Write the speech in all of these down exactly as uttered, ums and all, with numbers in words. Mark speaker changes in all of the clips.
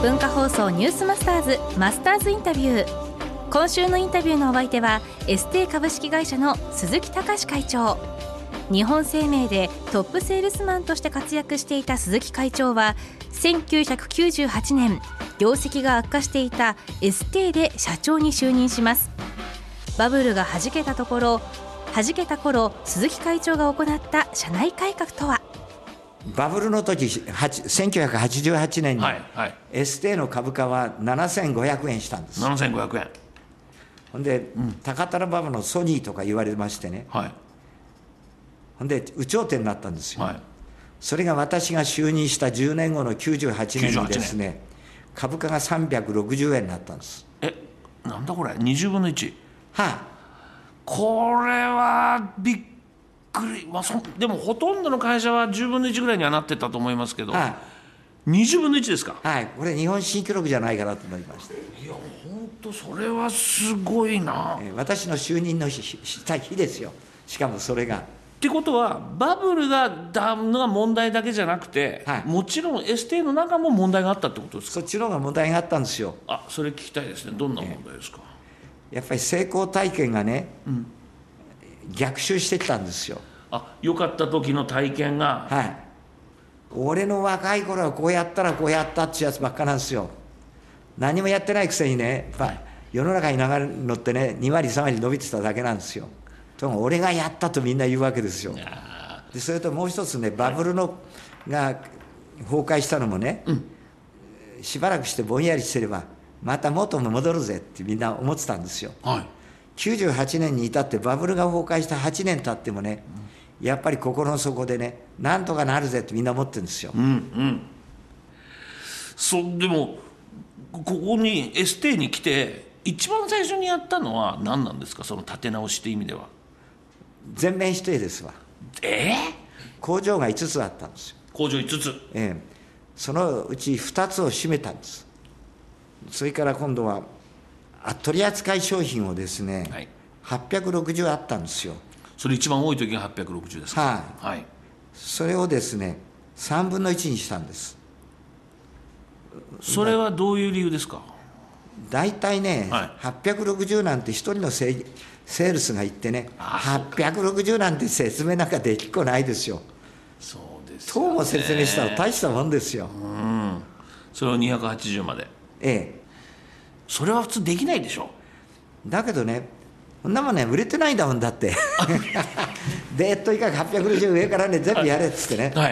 Speaker 1: 文化放送ニュースマスターズマスターズインタビュー。今週のインタビューのお相手はエステー株式会社の鈴木隆会長。日本生命でトップセールスマンとして活躍していた鈴木会長はせんきゅうひゃくきゅうじゅうはちねん、業績が悪化していたエステーで社長に就任します。バブルが弾けたところ弾けた頃鈴木会長が行った社内改革とは。
Speaker 2: バブルの時せんきゅうひゃくはちじゅうはちねんにエステーの株価はななせんごひゃくえんしたんです。
Speaker 3: ななせんごひゃくえん。
Speaker 2: ほんで、うん、高田馬場のソニーとか言われましてね、はい、ほんで有頂天になったんですよ、はい、それが私が就任したじゅうねんごのきゅうじゅうはちねんにですね、株価がさんびゃくろくじゅうえんになったんです。
Speaker 3: え、なんだこれ、にじゅうぶんのいち。
Speaker 2: はい、あ、
Speaker 3: これはびっくり、まあ、そでもほとんどの会社はじゅうぶんのいちぐらいにはなってたと思いますけど、はい、にじゅうぶんのいちですか。
Speaker 2: はい、これ日本新記録じゃないかなと思いました。
Speaker 3: いや本当それはすごいな、
Speaker 2: えー、私の就任のした日ですよ。しかもそれが
Speaker 3: ってことはバブルがだのが問題だけじゃなくて、はい、もちろんエステーの中も問題があったってことですか。
Speaker 2: そっちの方が問題があったんですよ。
Speaker 3: あ、それ聞きたいですね。どんな問題ですか。
Speaker 2: えー、やっぱり成功体験がね、うん、逆襲してきたんですよ。
Speaker 3: あ、良かった時の体験が、
Speaker 2: はい、俺の若い頃はこうやったらこうやったっていうやつばっかなんですよ。何もやってないくせにね、やっぱ世の中に流れるのってね、にわりさんわり伸びてただけなんですよ。とも俺がやったとみんな言うわけですよ。でそれともう一つね、バブルのが崩壊したのもね、うん、しばらくしてぼんやりしてればまた元に戻るぜってみんな思ってたんですよ、はい、きゅうじゅうはちねんに至ってバブルが崩壊したはちねん経ってもね、うん、やっぱり心の底でね、なんとかなるぜってみんな思ってるんですよ、うんうん、
Speaker 3: そでもここにエステーに来て一番最初にやったのは何なんですか。その立て直しという意味では
Speaker 2: 全面否定ですわ。
Speaker 3: えー、
Speaker 2: 工場がいつつあったんですよ。
Speaker 3: 工場いつつ、
Speaker 2: ええ、そのうちふたつを閉めたんです。それから今度は取扱商品をですね、はい、はっぴゃくろくじゅうあったんですよ。
Speaker 3: それ一番多い時がはっぴゃくろくじゅうですか。
Speaker 2: はい、はい、それをですねさんぶんのいちにしたんです。
Speaker 3: それはどういう理由ですか。
Speaker 2: 大体ね、はい、はっぴゃくろくじゅうなんて一人のセールスが言ってね、はっぴゃくろくじゅうなんて説明なんかできっこないですよ。
Speaker 3: そうです
Speaker 2: よね。どうも説明したら大したもんですよ。
Speaker 3: うん、それをにひゃくはちじゅうまで。
Speaker 2: ええ、
Speaker 3: それは普通できないでしょ。
Speaker 2: だけどね、そんなもんね売れてないんだもんだってでとにかくはっぴゃくろくじゅう上からね全部やれっつってね、はい、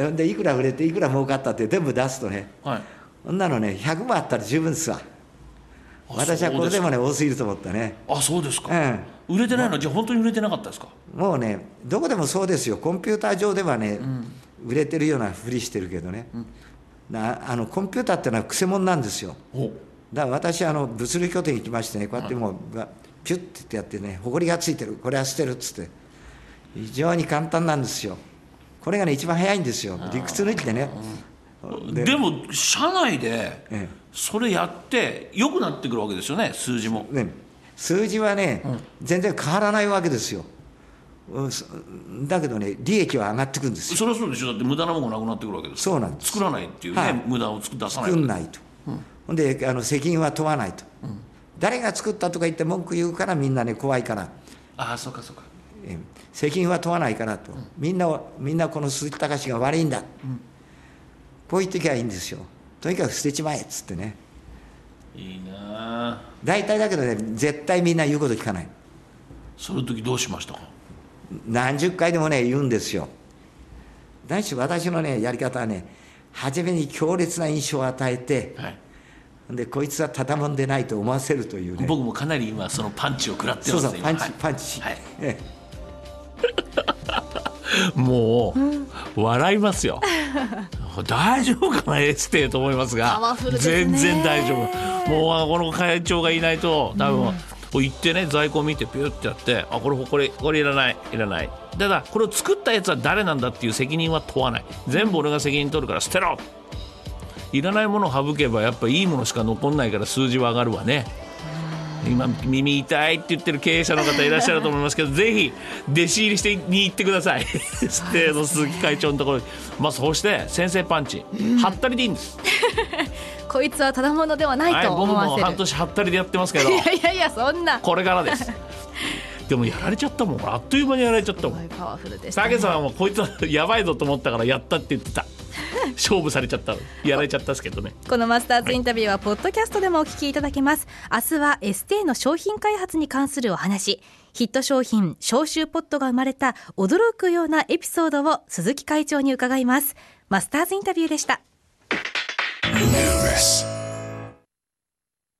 Speaker 2: でいくら売れていくら儲かったって全部出すとね、はい、そんなのねひゃくまんあったら十分ですわ。私はこれでもね多すぎると思ったね。
Speaker 3: あ、そうですか、うん、売れてないのはじゃあ本当に売れてなかったですか。
Speaker 2: もうねどこでもそうですよ。コンピューター上ではね、うん、売れてるようなふりしてるけどね、うん、なあのコンピューターってのはくせ者なんですよ。だから私あの物流拠点行きましてね、こうやってもう、はい、ピュッてやってね、ほこりがついてる、これは捨てるっつって非常に簡単なんですよ。これがね一番早いんですよ、理屈抜きでね。
Speaker 3: で, でも社内でそれやって良くなってくるわけですよね、数字も、
Speaker 2: ね、数字はね、うん、全然変わらないわけですよ。だけどね利益は上がってくるんですよ。
Speaker 3: それはそうでしょ。だって無駄なものがなくなってくるわけです。
Speaker 2: そうなんです。
Speaker 3: 作らないっていうね、はい、無駄を作出さない
Speaker 2: 作んないと、うん、ほんであの責任は問わないと、うん、誰が作ったとか言って文句言うからみんなね怖いから、
Speaker 3: ああそうかそうか、
Speaker 2: え責任は問わないからと、うん、みんなみんなこの鈴木隆が悪いんだ、うん、こう言ってきゃいいんですよ。とにかく捨てちまえっつってね。
Speaker 3: いいな。
Speaker 2: 大体だけどね絶対みんな言うこと聞かない。
Speaker 3: その時どうしましたか。
Speaker 2: 何十回でもね言うんですよ。何しろ私のねやり方はね、初めに強烈な印象を与えて、はい、でこいつはただもんでないと思わせるというね。
Speaker 3: 僕もかなり今そのパンチを食らってますね。
Speaker 2: そうそうパンチ、はい、パンチ、はいえ
Speaker 3: え、もう笑いますよ大丈夫かなエステと思いますが、
Speaker 1: パワフルですね。
Speaker 3: 全然大丈夫。もうこの会長がいないと多分、うん、こう行ってね在庫を見てピュッてやって、あこれこれこれいらないいらない、ただこれを作ったやつは誰なんだっていう責任は問わない。全部俺が責任取るから捨てろ。いらないものを省けばやっぱいいものしか残んないから数字は上がるわね。今耳痛いって言ってる経営者の方いらっしゃると思いますけどぜひ弟子入りしてに行ってくださいステーの鈴木会長のところに、まあ、そして先生パンチ、うん、はったりでいいんです
Speaker 1: こいつはただものではないと思わせる、
Speaker 3: はい、僕も半年はったりでやってますけど
Speaker 1: いやいやいやそんな
Speaker 3: これからですでもやられちゃったもん、あっという間にやられちゃったもん。
Speaker 1: パワフルでしたね。
Speaker 3: 武さんはもうこいつはやばいぞと思ったからやったって言ってた勝負されちゃったやられちゃったんですけどね。
Speaker 1: このマスターズインタビューはポッドキャストでもお聞きいただけます。明日はエステーの商品開発に関するお話、ヒット商品消臭ポットが生まれた驚くようなエピソードを鈴木会長に伺います。マスターズインタビューでした。